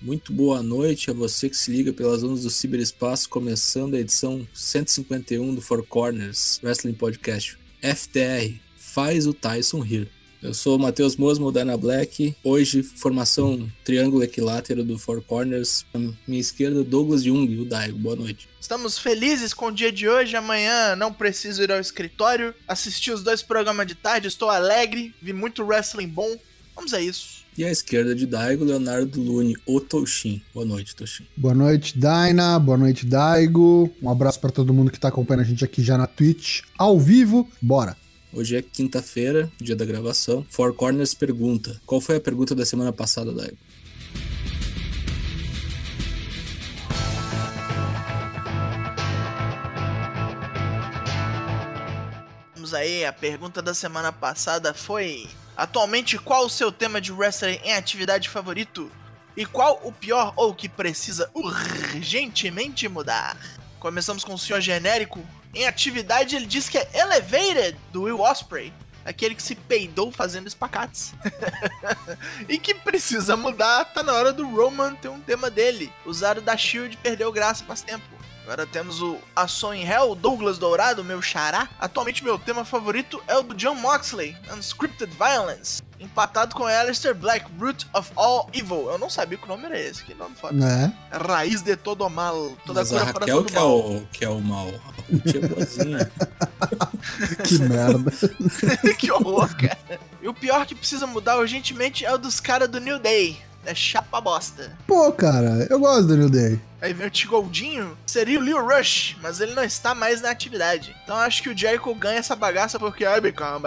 Muito boa noite a você que se liga pelas ondas do ciberespaço, começando a edição 151 do Four Corners Wrestling Podcast. FTR, faz o Tyson rir. Eu sou o Matheus Mosmo, o Dana Black. Hoje, formação triângulo equilátero do Four Corners. À minha esquerda, Douglas Jung, o Daigo. Boa noite. Estamos felizes com o dia de hoje. Amanhã não preciso ir ao escritório. Assisti os 2 programas de tarde, estou alegre. Vi muito wrestling bom. Vamos a isso. E à esquerda de Daigo, Leonardo Lune, o Toshin. Boa noite, Toshin. Boa noite, Daina. Boa noite, Daigo. Um abraço para todo mundo que tá acompanhando a gente aqui já na Twitch, ao vivo. Bora! Hoje é quinta-feira, dia da gravação. Four Corners pergunta. Qual foi a pergunta da semana passada, Daigo? Vamos aí, a pergunta da semana passada foi: atualmente, qual o seu tema de wrestling em atividade favorito? E qual o pior ou que precisa urgentemente mudar? Começamos com o senhor genérico. Em atividade, ele diz que é Elevated, do Will Ospreay. Aquele que se peidou fazendo espacates. E que precisa mudar, tá na hora do Roman ter um tema dele. Usar o da Shield perdeu graça faz tempo. Agora temos o Ação em Hell, Douglas Dourado, meu xará. Atualmente meu tema favorito é o do Jon Moxley, Unscripted Violence. Empatado com Aleister Black, Root of All Evil. Eu não sabia que o nome era esse, que nome foda. Né? Raiz de todo mal, toda Mas cura a para Raquel todo mal. que é o mal. A Ruth é boazinha. Que merda. Que horror, cara. E o pior que precisa mudar urgentemente é o dos caras do New Day. É chapa bosta. Pô, cara, eu gosto do New Day. Aí vem o T-Goldinho, seria o Leo Rush, mas ele não está mais na atividade. Então acho que o Jericho ganha essa bagaça porque I become.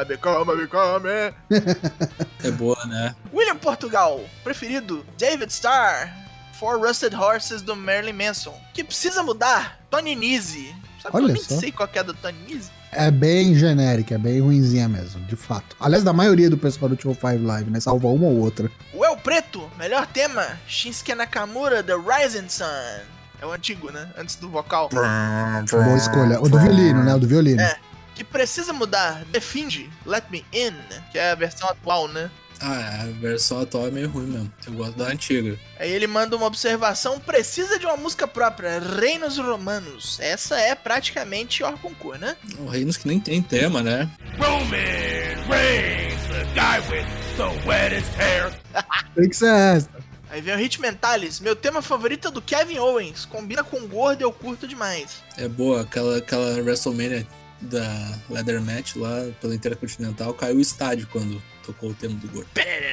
É boa, né? William Portugal, preferido, David Starr, Four Rusted Horses do Marilyn Manson. Que precisa mudar, Tony Nese. Sabe Olha que eu nem só. sei qual que é do Tony Nese? É bem genérica, é bem ruinzinha mesmo, de fato. Aliás, da maioria do pessoal do 205 Live, né? Salva uma ou outra. O El Preto, melhor tema, Shinsuke Nakamura, The Rising Sun. É o antigo, né? Antes do vocal. Boa escolha. O do violino, né? O do violino. É. Que precisa mudar, The Fiend, Let Me In, que é a versão atual, né? Ah, a versão atual é meio ruim mesmo. Eu gosto da antiga. Aí ele manda uma observação: precisa de uma música própria, Reinos Romanos. Essa é praticamente hors concurso, né? O Reinos que nem tem tema, né? Roman Reigns, the guy with the wettest hair. Tem que ser essa. Aí vem o Hit Mentalis, meu tema favorito é do Kevin Owens. Combina com gordo e eu curto demais. É boa, aquela WrestleMania da Leather Match lá pela Intercontinental, caiu o estádio quando tocou o tema do gordo.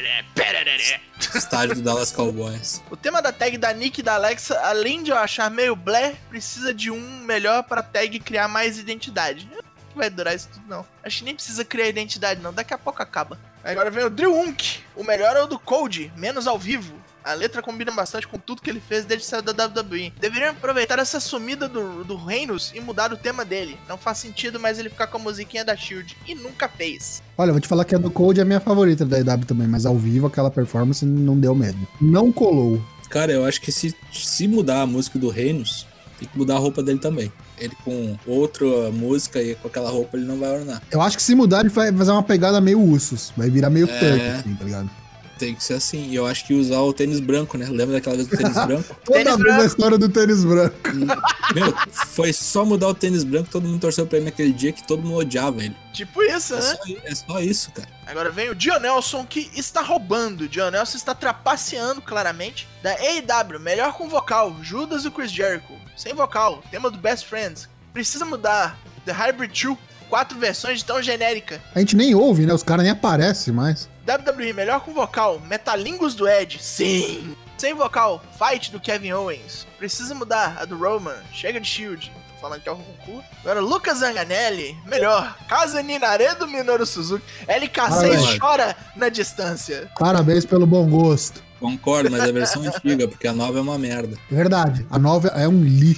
Estádio do Dallas Cowboys. O tema da tag da Nick e da Alexa, além de eu achar meio blé, precisa de um melhor pra tag criar mais identidade. Não vai durar isso tudo, não. Acho que nem precisa criar identidade, não. Daqui a pouco acaba. Agora vem o Drew Unk. O melhor é o do Cody, menos ao vivo. A letra combina bastante com tudo que ele fez desde que saiu da WWE. Deveriam aproveitar essa sumida do Reinos e mudar o tema dele. Não faz sentido mais ele ficar com a musiquinha da Shield. E nunca fez. Olha, eu vou te falar que a do Cold é a minha favorita da EW também, mas ao vivo aquela performance não deu mesmo. Não colou. Cara, eu acho que se mudar a música do Reinos, tem que mudar a roupa dele também. Ele com outra música e com aquela roupa ele não vai ornar. Eu acho que se mudar ele vai fazer uma pegada meio Usos. Vai virar meio tanque, assim, tá ligado? Tem que ser assim. E eu acho que usar o tênis branco, né? Lembra daquela vez do tênis branco? Toda vez a história do tênis branco. Meu, foi só mudar o tênis branco, todo mundo torceu pra ele naquele dia que todo mundo odiava ele. Tipo isso, né? É só isso, cara. Agora vem o Dionelson, que está roubando. Dionelson está trapaceando, claramente. Da AEW, melhor com vocal, Judas e o Chris Jericho. Sem vocal, tema do Best Friends. Precisa mudar. The Hybrid 2, 4 versões tão genérica. A gente nem ouve, né? Os caras nem aparecem mais. WWE, melhor com vocal, Metalingus do Edge. Sim. Sem vocal, Fight do Kevin Owens. Precisa mudar a do Roman. Chega de Shield. Tô falando que é o Goku. Agora, Lucas Zanganelli, melhor. Casa Ninare do Minoru Suzuki. LK6 Parabéns. chora na distância. Parabéns pelo bom gosto. Concordo, mas é a versão antiga, porque a nova é uma merda. Verdade, a nova é um lixo.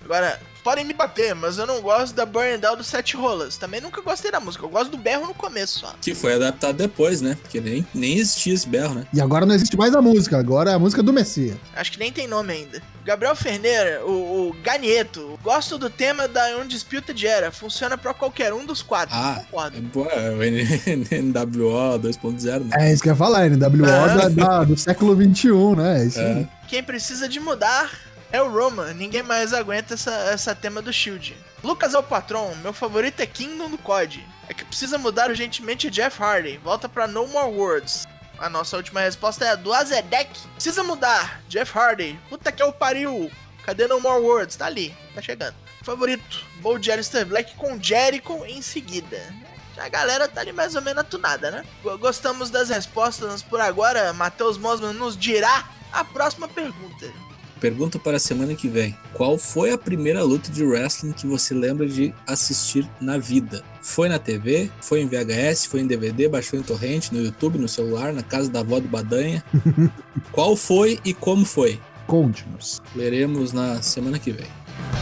Agora, podem me bater, mas eu não gosto da Burning Down do Sete Rolas. Também nunca gostei da música, eu gosto do berro no começo só. Que foi adaptado depois, né? Porque nem existia esse berro, né? E agora não existe mais a música, agora é a música do Messias. Acho que nem tem nome ainda. Gabriel Ferneira, o Ganieto. Gosto do tema da Undisputed Era. Funciona pra qualquer um dos quatro. Concordo. É o NWO 2.0, né? É isso que eu ia falar, NWO do século XXI, né? É isso aí. Quem precisa de mudar é o Roman. Ninguém mais aguenta essa tema do Shield. Lucas é o patrão. Meu favorito é Kingdom do COD. É que precisa mudar urgentemente Jeff Hardy. Volta pra No More Words. A nossa última resposta é a do Azedek. Precisa mudar Jeff Hardy. Puta que eu pariu. Cadê No More Words? Tá ali. Tá chegando. Favorito. Vou de Aleister Black com Jericho em seguida. A galera tá ali mais ou menos atunada, né? Gostamos das respostas, mas por agora, Matheus Mosman nos dirá a próxima pergunta. Pergunta para a semana que vem. Qual foi a primeira luta de wrestling que você lembra de assistir na vida? Foi na TV? Foi em VHS? Foi em DVD? Baixou em torrente? No YouTube? No celular? Na casa da avó do Badanha? Qual foi e como foi? Conte-nos. Leremos na semana que vem.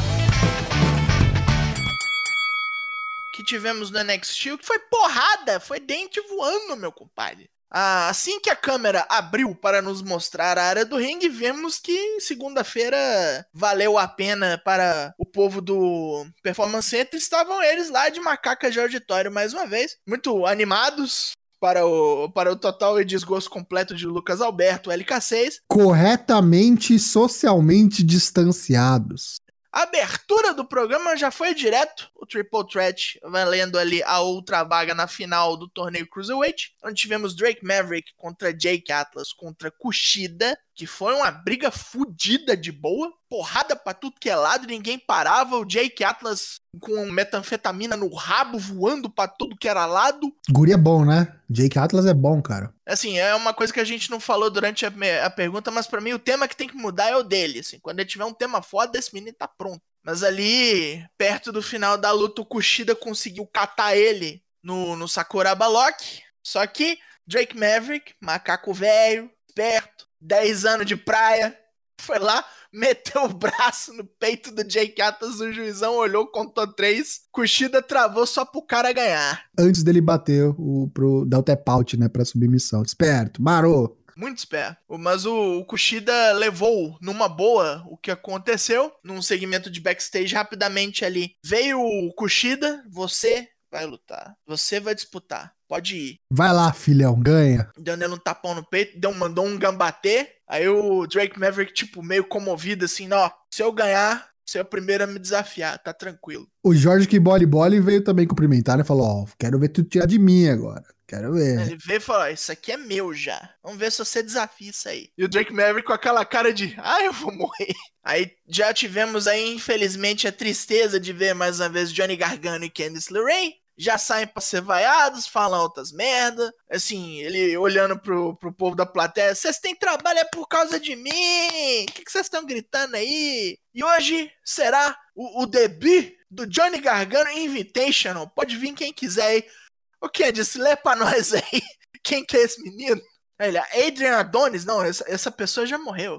Que tivemos no NXT, que foi porrada, foi dente voando, meu compadre. Assim que a câmera abriu para nos mostrar a área do ringue, vemos que segunda-feira valeu a pena para o povo do Performance Center. Estavam eles lá de macacas de auditório mais uma vez, muito animados para o total e desgosto completo de Lucas Alberto, LK6. Corretamente e socialmente distanciados. A abertura do programa já foi direto, o Triple Threat valendo ali a outra vaga na final do torneio Cruiserweight, onde tivemos Drake Maverick contra Jake Atlas contra Kushida, que foi uma briga fodida de boa, porrada pra tudo que é lado, ninguém parava, o Jake Atlas com metanfetamina no rabo, voando pra tudo que era lado. Guri é bom, né? Jake Atlas é bom, cara. Assim, é uma coisa que a gente não falou durante a pergunta, mas pra mim o tema que tem que mudar é o dele, assim. Quando ele tiver um tema foda, esse menino tá pronto. Mas ali, perto do final da luta, o Kushida conseguiu catar ele no Sakuraba Lock. Só que Drake Maverick, macaco velho, esperto, 10 anos de praia, foi lá, meteu o braço no peito do Jake Atlas, o juizão olhou, contou 3, Kushida travou só pro cara ganhar. Antes dele bater dar o tap out, né, pra submissão. Esperto, marou. Muito esperto. Mas o Kushida levou numa boa o que aconteceu, num segmento de backstage rapidamente ali. Veio o Kushida, você vai lutar, você vai disputar, pode ir. Vai lá, filhão, ganha. Deu nele um tapão no peito, mandou um gambatê. Aí o Drake Maverick, tipo, meio comovido, assim, ó, se eu ganhar, você é o primeiro a me desafiar, tá tranquilo. O Jorge que Boli veio também cumprimentar, né? Falou, ó, quero ver tu tirar de mim agora. Quero ver. Ele veio e falou, isso aqui é meu já. Vamos ver se você desafia isso aí. E o Drake Maverick com aquela cara de, eu vou morrer. Aí já tivemos aí, infelizmente, a tristeza de ver mais uma vez Johnny Gargano e Candice LeRae. Já saem pra ser vaiados, falam altas merda. Assim, ele olhando pro povo da plateia, vocês têm trabalho é por causa de mim. O que vocês estão gritando aí? E hoje será o debut do Johnny Gargano Invitational. Pode vir quem quiser aí. O Candice, lê pra nós aí. Quem que é esse menino? Ele, Adrian Adonis? Não, essa pessoa já morreu.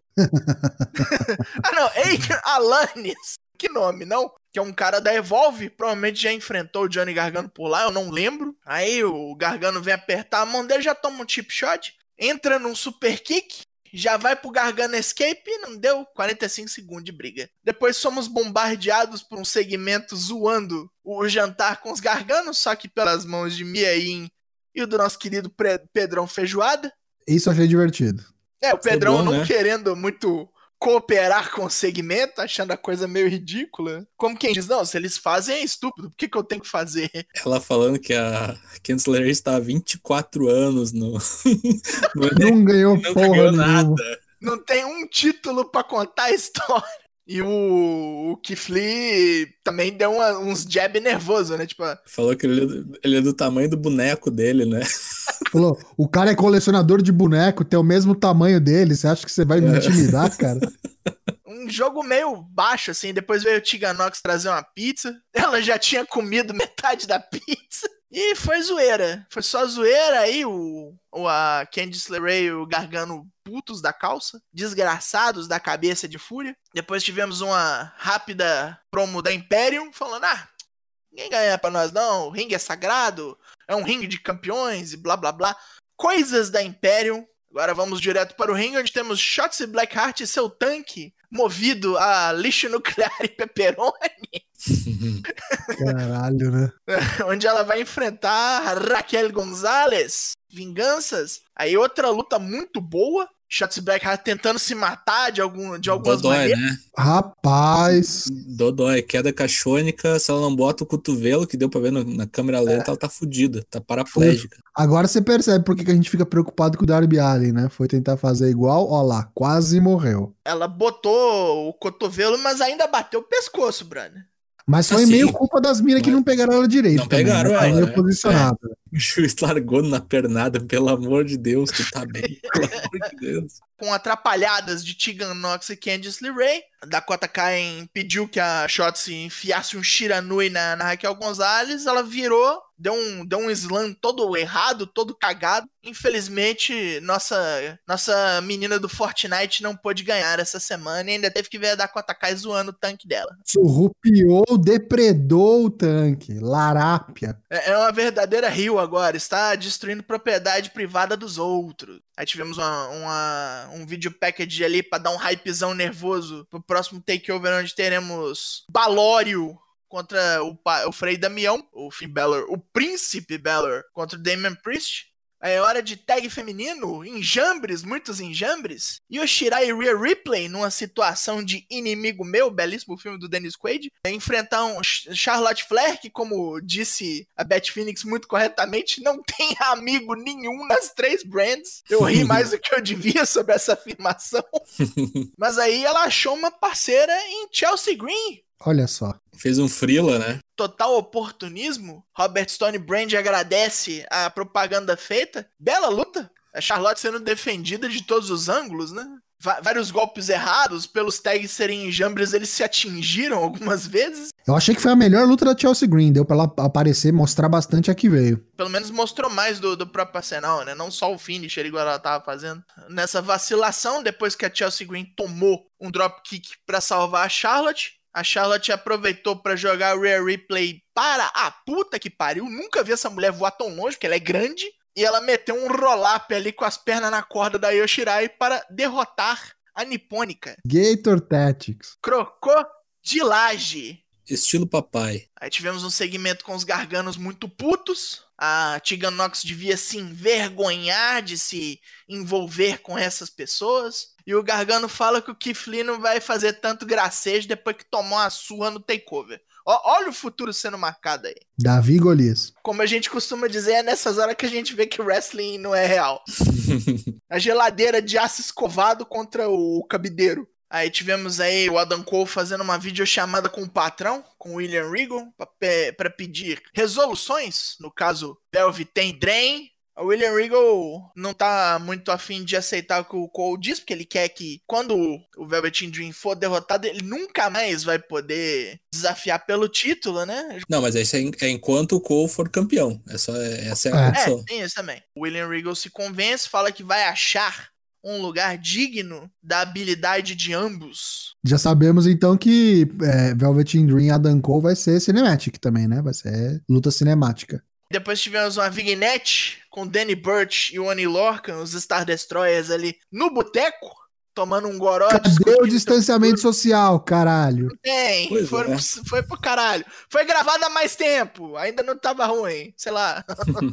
Não, Adrian Alanis. Que nome, não? Que é um cara da Evolve, provavelmente já enfrentou o Johnny Gargano por lá, eu não lembro. Aí o Gargano vem apertar a mão dele, já toma um chip shot, entra num super kick, já vai pro Gargano escape e não deu 45 segundos de briga. Depois somos bombardeados por um segmento zoando o jantar com os Garganos, só que pelas mãos de Mia Yim e o do nosso querido Pedrão Feijoada. Isso eu achei divertido. O Pedrão bom, não né? querendo muito cooperar com o segmento, achando a coisa meio ridícula. Como quem diz, não, se eles fazem é estúpido, por que eu tenho que fazer? Ela falando que a Candice LeRae está há 24 anos no... Não ganhou não porra ganhou nenhuma. nada. Não tem um título pra contar a história. E o Keith Lee também deu uns jab nervoso, né? Tipo, Falou que ele é do tamanho do boneco dele, né? Falou, o cara é colecionador de boneco, tem o mesmo tamanho dele, você acha que você vai me intimidar, cara? um jogo meio baixo, assim. Depois veio o Tiganox trazer uma pizza. Ela já tinha comido metade da pizza. E foi zoeira. Foi só zoeira. Aí a Candice LeRae e o Gargano putos da calça, desgraçados da cabeça de fúria. Depois tivemos uma rápida promo da Imperium falando, ninguém ganha pra nós não, o ringue é sagrado, é um ringue de campeões e blá blá blá. Coisas da Imperium. Agora vamos direto para o ringue, onde temos Shotzi Blackheart e seu tanque movido a lixo nuclear e pepperoni. Caralho, né? Onde ela vai enfrentar Raquel Gonzalez. Vinganças. Aí outra luta muito boa. Shotzi Blackheart tentando se matar de algumas Dodói, maneiras. né? Rapaz. Dodói, queda cachônica, se ela não bota o cotovelo, que deu pra ver na câmera lenta, ela tá fudida, tá paraplégica. Agora você percebe por que a gente fica preocupado com o Darby Allin, né? Foi tentar fazer igual, ó lá, quase morreu. Ela botou o cotovelo, mas ainda bateu o pescoço, brother. Mas foi Assim, meio culpa das minas que não pegaram ela direito. Não pegaram né? ela, Tá meio né? posicionada. O juiz largou na pernada, pelo amor de Deus, tu tá bem, pelo amor de Deus. Com atrapalhadas de Tegan Nox e Candice LeRae, Dakota Kai pediu que a Shotzi enfiasse um Shiranui na Raquel Gonzalez, ela virou, deu um slam todo errado, todo cagado. Infelizmente, nossa menina do Fortnite não pôde ganhar essa semana e ainda teve que ver a Dakota Kai zoando o tanque dela. Surrupiou, depredou o tanque. Larápia. É uma verdadeira rio agora, está destruindo propriedade privada dos outros. Aí tivemos um vídeo package ali pra dar um hypezão nervoso pro próximo takeover, onde teremos Balório contra o Frei Damião, o Finn Balor, o Príncipe Balor contra o Damian Priest. É hora de tag feminino, enjambres, muitos enjambres. Yoshirai e Rhea Ripley, numa situação de inimigo meu, belíssimo filme do Dennis Quaid, enfrentar um Charlotte Flair, que, como disse a Beth Phoenix muito corretamente, não tem amigo nenhum nas 3 brands. Eu ri mais do que eu devia sobre essa afirmação. Mas aí ela achou uma parceira em Chelsea Green. Olha só. Fez um frila, né? Total oportunismo. Robert Stone Brand agradece a propaganda feita. Bela luta. A Charlotte sendo defendida de todos os ângulos, né? Vários golpes errados. Pelos tags serem enjambres, eles se atingiram algumas vezes. Eu achei que foi a melhor luta da Chelsea Green. Deu pra ela aparecer, mostrar bastante a que veio. Pelo menos mostrou mais do próprio arsenal, né? Não só o finisher igual ela tava fazendo. Nessa vacilação, depois que a Chelsea Green tomou um dropkick pra salvar a Charlotte aproveitou pra jogar a Rhea Ripley para a puta que pariu. Nunca vi essa mulher voar tão longe, porque ela é grande. E ela meteu um roll-up ali com as pernas na corda da Yoshirai para derrotar a nipônica. Gator Tactics. Crocodilagem. Estilo papai. Aí tivemos um segmento com os garganos muito putos. A Tegan Nox devia se envergonhar de se envolver com essas pessoas. E o Gargano fala que o Keith Lee não vai fazer tanto gracejo depois que tomou uma surra no takeover. Olha o futuro sendo marcado aí. Davi Golias. Como a gente costuma dizer, é nessas horas que a gente vê que o wrestling não é real. A geladeira de aço escovado contra o cabideiro. Aí tivemos aí o Adam Cole fazendo uma videochamada com o patrão, com o William Regal, para pedir resoluções. No caso, Velveteen Dream. O William Regal não tá muito afim de aceitar o que o Cole diz, porque ele quer que quando o Velveteen Dream for derrotado, ele nunca mais vai poder desafiar pelo título, né? Não, mas isso é enquanto o Cole for campeão. Essa é a condição. Tem isso também. O William Regal se convence, fala que vai achar um lugar digno da habilidade de ambos. Já sabemos então que Velveteen Dream e Adam Cole vai ser cinematic também, né? Vai ser luta cinemática. Depois tivemos uma vignette com Danny Burch e o Oney Lorcan, os Star Destroyers ali no boteco, tomando um goró. Cadê o distanciamento social, caralho? Tem, foi pro caralho. Foi gravado há mais tempo, ainda não tava ruim, sei lá.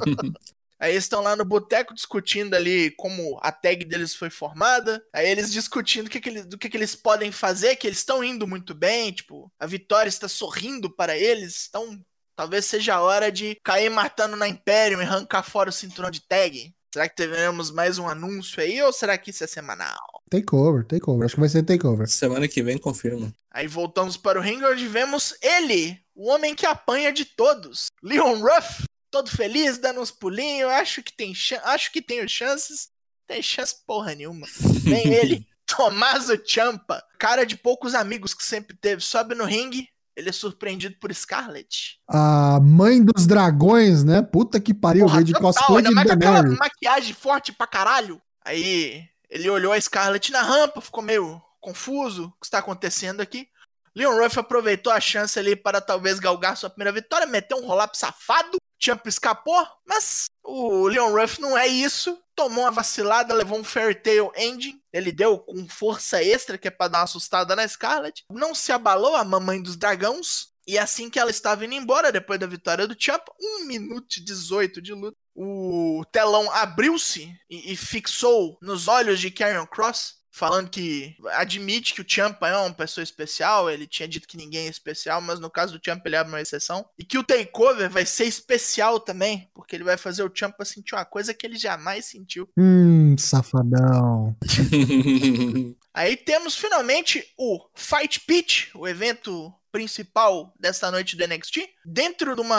Aí eles estão lá no boteco discutindo ali como a tag deles foi formada. Aí eles discutindo do que eles podem fazer, que eles estão indo muito bem, tipo, a vitória está sorrindo para eles, então talvez seja a hora de cair matando na Imperium e arrancar fora o cinturão de tag. Será que teremos mais um anúncio aí ou será que isso é semanal? Takeover. Acho que vai ser takeover. Semana que vem confirma. Aí voltamos para o ringue onde vemos ele, o homem que apanha de todos, Leon Ruff, todo feliz, dando uns pulinhos, acho que tem chances. Tem chance porra nenhuma. Vem ele, Tommaso Ciampa, cara de poucos amigos que sempre teve, sobe no ringue. ele é surpreendido por Scarlett. A mãe dos dragões, né? Puta que pariu, veio de cosplay ainda de mais com aquela Daenerys. maquiagem forte pra caralho. Aí ele olhou a Scarlett na rampa, ficou meio confuso. O que está acontecendo aqui? Leon Ruff aproveitou a chance ali para talvez galgar sua primeira vitória, meteu um roll-up safado. Ciampa escapou, mas o Leon Ruff não é isso. Tomou uma vacilada, levou um Fairy Tail Ending. Ele deu com força extra, que é pra dar uma assustada na Scarlett. Não se abalou a mamãe dos dragões. E assim que ela estava indo embora, depois da vitória do Ciampa, 1 minuto e 18 de luta, o telão abriu-se e fixou nos olhos de Karrion Kross, falando que admite que o Ciampa é uma pessoa especial. Ele tinha dito que ninguém é especial, mas no caso do Ciampa ele abre uma exceção. E que o takeover vai ser especial também, porque ele vai fazer o Ciampa sentir uma coisa que ele jamais sentiu. Safadão. Aí temos finalmente o Fight Pit, o evento principal dessa noite do NXT, dentro de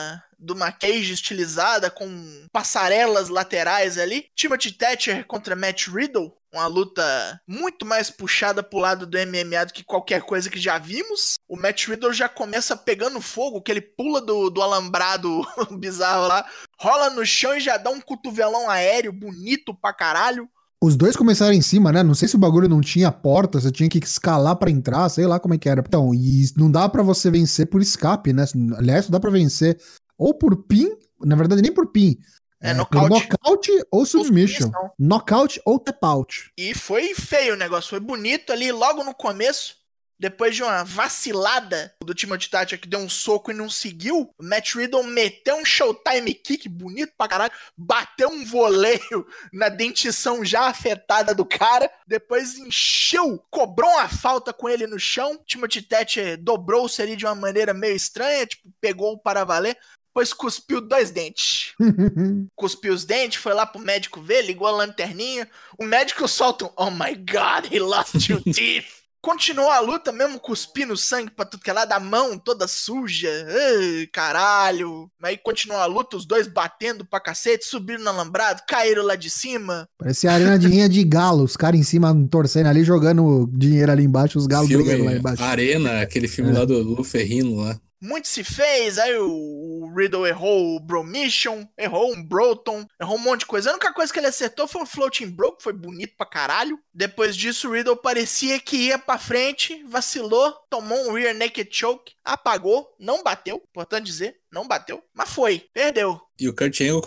uma cage estilizada com passarelas laterais ali. Timothy Thatcher contra Matt Riddle, uma luta muito mais puxada pro lado do MMA do que qualquer coisa que já vimos. O Matt Riddle já começa pegando fogo, que ele pula do alambrado bizarro lá, rola no chão e já dá um cotovelão aéreo bonito pra caralho. Os dois começaram em cima, né? Não sei se o bagulho não tinha porta, você tinha que escalar pra entrar, sei lá como é que era. Então, e não dá pra você vencer por escape, né? Aliás, dá pra vencer ou por pin, na verdade nem por pin. Por nocaute ou submission. Nocaute ou tap out. E foi feio o negócio, foi bonito ali logo no começo. Depois de uma vacilada do Timothy Thatcher que deu um soco e não seguiu, o Matt Riddle meteu um Showtime Kick bonito pra caralho, bateu um voleio na dentição já afetada do cara, depois encheu, cobrou uma falta com ele no chão. Timothy Thatcher dobrou-se ali de uma maneira meio estranha, tipo, pegou para valer. Depois cuspiu 2 dentes. Cuspiu os dentes, foi lá pro médico ver, ligou a lanterninha. O médico solta um "Oh my God, he lost your teeth." Continuou a luta mesmo cuspindo sangue pra tudo que é lado, a mão toda suja. Ai, caralho. Aí continuou a luta, os dois batendo pra cacete, subiram no alambrado, caíram lá de cima. Parecia a arena de rinha de galo, os caras em cima torcendo ali, jogando dinheiro ali embaixo, os galos brigando lá embaixo. Arena, aquele filme lá do Lu Ferrino lá. Muito se fez, aí o Riddle errou o Bromission, errou um Broton, errou um monte de coisa. A única coisa que ele acertou foi um Floating Bro, que foi bonito pra caralho. Depois disso, o Riddle parecia que ia pra frente, vacilou, tomou um Rear Naked Choke, apagou, não bateu, importante dizer, não bateu, mas foi, perdeu. E o Kurt Angle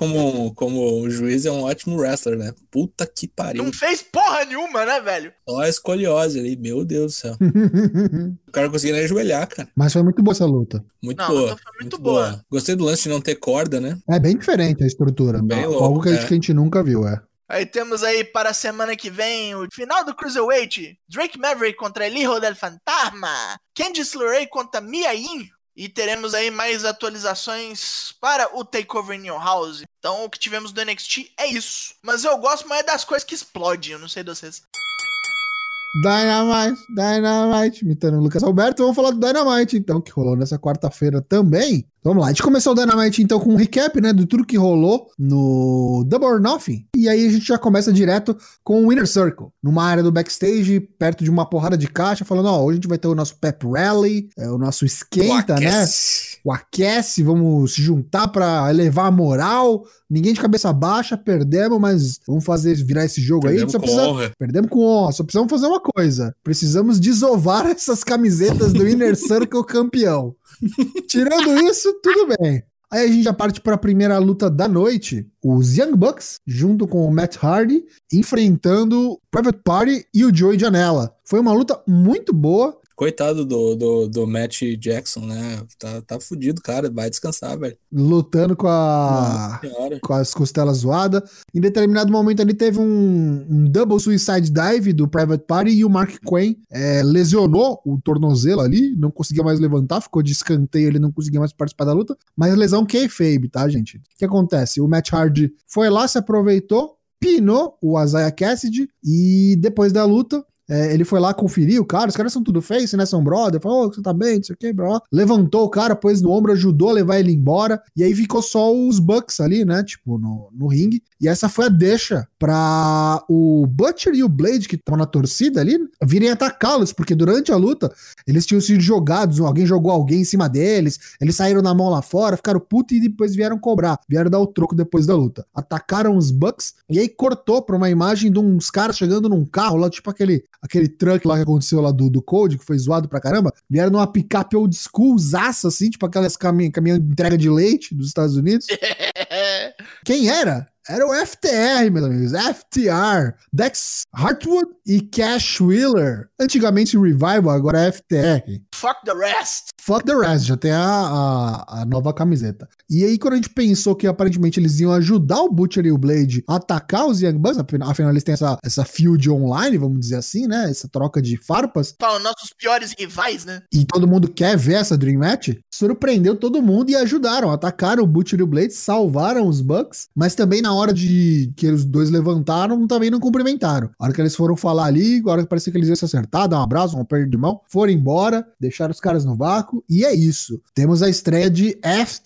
como juiz é um ótimo wrestler, né? Puta que pariu. Não fez porra nenhuma, né, velho? Só a escoliose ali, meu Deus do céu. O cara conseguiu nem ajoelhar, cara. Mas foi muito boa essa luta. Muito Não, boa. foi muito boa. Gostei do lance de não ter corda, né? É bem diferente a estrutura. Bem louco, algo que a gente nunca viu, Aí temos aí para a semana que vem o final do Cruiserweight. Drake Maverick contra El Hijo del Fantasma. Candice LeRae contra Mia Yim. E teremos aí mais atualizações para o Takeover in Your House. Então o que tivemos do NXT é isso. Mas eu gosto mais das coisas que explodem. Eu não sei de vocês. Dynamite, imitando o Lucas Alberto. Vamos falar do Dynamite, então, que rolou nessa quarta-feira também. Vamos lá, a gente começou o Dynamite, então, com um recap, né, de tudo que rolou no Double or Nothing. E aí a gente já começa direto com o Inner Circle, numa área do backstage, perto de uma porrada de caixa, falando, hoje a gente vai ter o nosso pep rally, o nosso esquenta, né? O aquece, vamos se juntar pra elevar a moral. Ninguém de cabeça baixa, perdemos, mas vamos virar esse jogo aí. Perdemos com honra, só precisamos fazer uma coisa. Precisamos desovar essas camisetas do Inner Circle campeão. Tirando isso, tudo bem. Aí a gente já parte para a primeira luta da noite. Os Young Bucks, junto com o Matt Hardy, enfrentando o Private Party e o Joey Janela. Foi uma luta muito boa. Coitado do Matt Jackson, né? Tá fudido, cara. Vai descansar, velho. Lutando com as costelas zoadas. Em determinado momento ali teve um double suicide dive do Private Party e o Mark Quinn lesionou o tornozelo ali, não conseguia mais levantar, ficou de escanteio, ele não conseguia mais participar da luta. Mas lesão kayfabe, tá, gente? O que acontece? O Matt Hardy foi lá, se aproveitou, pinou o Isaiah Cassidy e depois da luta ele foi lá conferir o cara, os caras são tudo face, né? São brother, falou, você tá bem, não sei o que, blá. Levantou o cara, pôs no ombro, ajudou a levar ele embora, e aí ficou só os Bucks ali, né? Tipo, no ringue. E essa foi a deixa pra o Butcher e o Blade, que estão na torcida ali, virem atacá-los, porque durante a luta eles tinham sido jogados, alguém jogou alguém em cima deles, eles saíram na mão lá fora, ficaram putos e depois vieram cobrar, vieram dar o troco depois da luta. Atacaram os Bucks e aí cortou pra uma imagem de uns caras chegando num carro lá, tipo aquele truck lá que aconteceu lá do Code, que foi zoado pra caramba, vieram numa picape old school, zaça assim, tipo aquelas caminhão de entrega de leite dos Estados Unidos. Quem era? Era o FTR, meus amigos. FTR. Dex Hartwood e Cash Wheeler. Antigamente Revival, agora é FTR. Fuck the rest. Fuck the rest, já tem a nova camiseta. E aí, quando a gente pensou que aparentemente eles iam ajudar o Butcher e o Blade a atacar os Young Bucks, afinal eles têm essa feud online, vamos dizer assim, né? Essa troca de farpas. Falam nossos piores rivais, né? E todo mundo quer ver essa Dream Match. Surpreendeu todo mundo e ajudaram. Atacaram o Butcher e o Blade, salvaram os Bucks, mas também na hora de que os dois levantaram, também não cumprimentaram. A hora que eles foram falar ali, a hora que parecia que eles iam se acertar, dar um abraço, um aperto de mão, foram embora, deixaram os caras no vácuo, e é isso. Temos a estreia de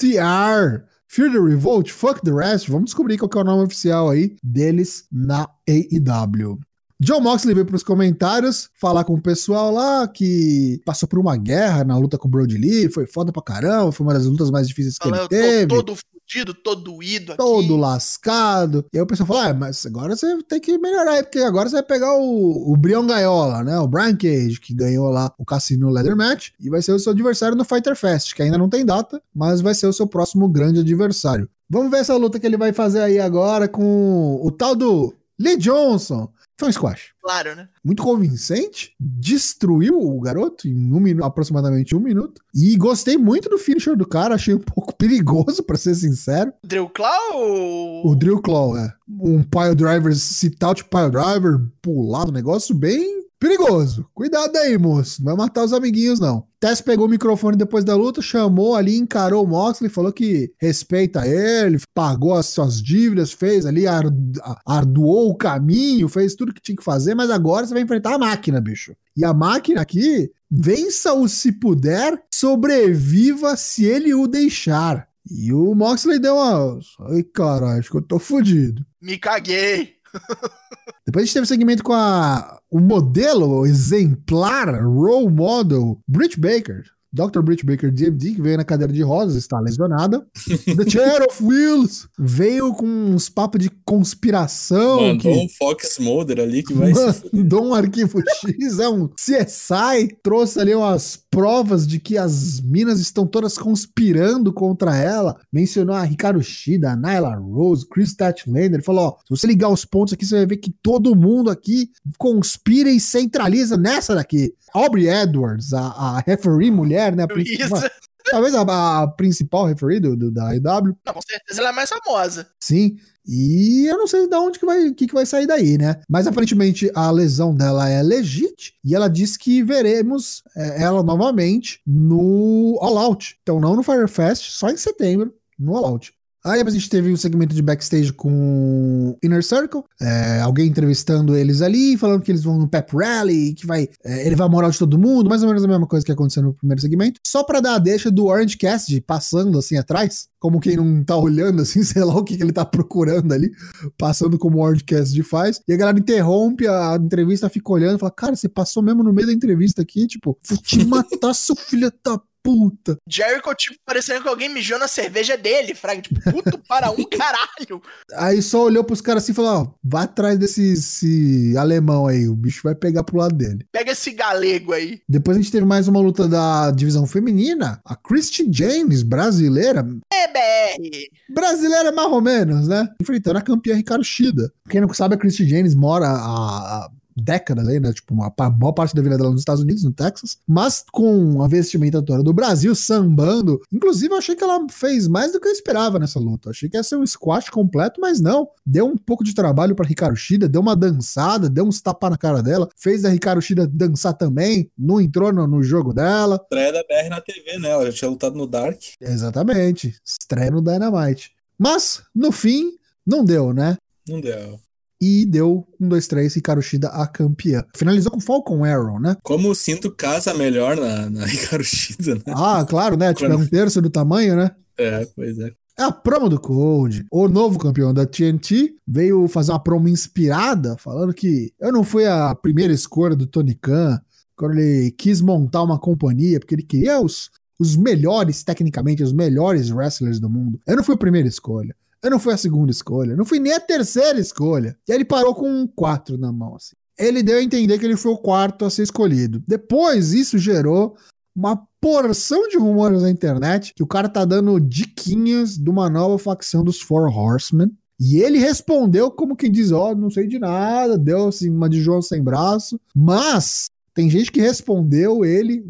FTR. Fear the Revolt, Fuck the Rest. Vamos descobrir qual que é o nome oficial aí deles na AEW. John Moxley veio pros comentários falar com o pessoal lá que passou por uma guerra na luta com o Brody Lee, foi foda pra caramba, foi uma das lutas mais difíceis que ele teve. Todo fudido, todo doído aqui. Todo lascado. E aí o pessoal falou, mas agora você tem que melhorar aí, porque agora você vai pegar o Brian Gaiola, né, o Brian Cage, que ganhou lá o Cassino Leather Match, e vai ser o seu adversário no Fighter Fest, que ainda não tem data, mas vai ser o seu próximo grande adversário. Vamos ver essa luta que ele vai fazer aí agora com o tal do Lee Johnson. Foi um squash. Claro, né? Muito convincente. Destruiu o garoto em aproximadamente 1 minuto. E gostei muito do finisher do cara. Achei um pouco perigoso, pra ser sincero. Drew Claw? O Drew Claw, um pile driver, sit-out pile driver, pular do negócio bem perigoso. Cuidado aí, moço. Não vai matar os amiguinhos, não. Tess pegou o microfone depois da luta, chamou ali, encarou o Moxley, falou que respeita ele, pagou as suas dívidas, fez ali, arduou o caminho, fez tudo que tinha que fazer, mas agora você vai enfrentar a máquina, bicho. E a máquina aqui, vença-o se puder, sobreviva se ele o deixar. E o Moxley deu uma... Ai, caralho, acho que eu tô fudido. Me caguei. Depois a gente teve segmento com o modelo, o exemplar, role model, Britt Baker. Dr. Britt Baker, DMD, que veio na cadeira de rosas, está lesionada. The Chair of Wheels veio com uns papos de conspiração. Mandou um Fox Mulder ali que vai mandou um arquivo X, um CSI, trouxe ali umas provas de que as minas estão todas conspirando contra ela. Mencionou a Hikaru Shida, a Nyla Rose, Chris Statlander. Ele falou, ó, se você ligar os pontos aqui, você vai ver que todo mundo aqui conspira e centraliza nessa daqui. Aubrey Edwards, a referee mulher, né? Talvez a principal referee da AEW. Não, com certeza ela é mais famosa. Sim, e eu não sei de onde que vai sair daí, né? Mas aparentemente a lesão dela é legítima e ela disse que veremos ela novamente no All Out. Então não no Fire Fest, só em setembro, no All Out. Aí depois a gente teve um segmento de backstage com Inner Circle, alguém entrevistando eles ali, falando que eles vão no Pep Rally, que vai elevar a moral de todo mundo, mais ou menos a mesma coisa que aconteceu no primeiro segmento, só pra dar a deixa do Orange Cassidy passando assim atrás, como quem não tá olhando assim, sei lá o que ele tá procurando ali, passando como o Orange Cassidy faz, e a galera interrompe a entrevista, fica olhando e fala, cara, você passou mesmo no meio da entrevista aqui, tipo, vou te matar, seu filho da puta. Jericho, tipo, parecendo que alguém mijou na cerveja dele, fraga, tipo, puto para um caralho. Aí só olhou pros caras assim e falou, ó, vai atrás desse alemão aí, o bicho vai pegar pro lado dele. Pega esse galego aí. Depois a gente teve mais uma luta da divisão feminina, a Christy James, brasileira. BR. Brasileira mais ou menos, né? Enfrentando a campeã Hikaru Shida. Quem não sabe, a Christy James mora a décadas aí, né? Tipo, uma boa parte da vida dela nos Estados Unidos, no Texas, mas com a vestimenta toda do Brasil, sambando. Inclusive, eu achei que ela fez mais do que eu esperava nessa luta. Eu achei que ia ser um squash completo, mas não. Deu um pouco de trabalho pra Hikaru Shida, deu uma dançada, deu uns tapas na cara dela, fez a Hikaru Shida dançar também, não entrou no jogo dela. Estreia da BR na TV, né? Ela já tinha lutado no Dark. Exatamente. Estreia no Dynamite. Mas, no fim, não deu, né? Não deu. e deu 1, 2, 3, Hikaru Shida a campeã. Finalizou com Falcon Arrow, né? Como o cinto casa melhor na Hikaru Shida, né? Ah, claro, né? Tipo, é 1/3 do tamanho, né? Pois é. É a promo do Cold. O novo campeão da TNT veio fazer uma promo inspirada, falando que eu não fui a primeira escolha do Tony Khan, quando ele quis montar uma companhia, porque ele queria os melhores, tecnicamente, os melhores wrestlers do mundo. Eu não fui a primeira escolha. Eu não fui a segunda escolha. Não fui nem a terceira escolha. E aí ele parou com um 4 na mão, assim. Ele deu a entender que ele foi o quarto a ser escolhido. Depois, isso gerou uma porção de rumores na internet que o cara tá dando diquinhas de uma nova facção dos Four Horsemen. E ele respondeu como quem diz, não sei de nada, deu assim uma de João sem braço. Mas tem gente que respondeu ele,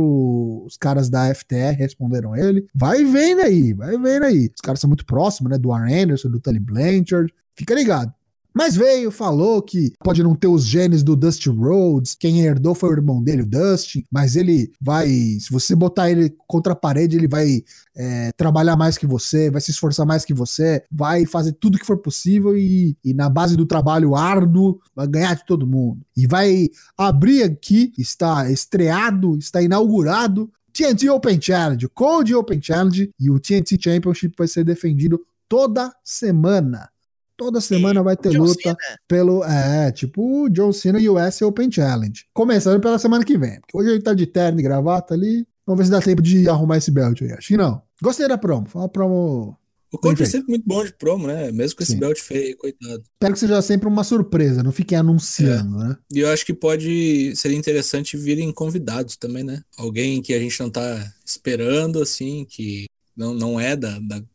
os caras da FTR responderam ele. Vai vendo aí. Os caras são muito próximos, né, do Arn Anderson, do Tully Blanchard. Fica ligado. Mas falou que pode não ter os genes do Dusty Rhodes, quem herdou foi o irmão dele, o Dustin, mas ele vai, se você botar ele contra a parede, ele vai trabalhar mais que você, vai se esforçar mais que você, vai fazer tudo que for possível e na base do trabalho árduo vai ganhar de todo mundo. E vai abrir aqui, está estreado, está inaugurado, TNT Open Challenge, o Cold Open Challenge, e o TNT Championship vai ser defendido toda semana. Toda semana vai ter luta pelo... tipo o John Cena US Open Challenge. Começando pela semana que vem. Porque hoje ele tá de terno e gravata ali. Vamos ver se dá tempo de arrumar esse belt aí. Acho que não. Gostei da promo. Foi uma promo... O Cold é sempre muito bom de promo, né? Mesmo com esse belt feio, coitado. Espero que seja sempre uma surpresa. Não fiquem anunciando, né? E eu acho que seria interessante virem convidados também, né? Alguém que a gente não tá esperando, assim, que não é da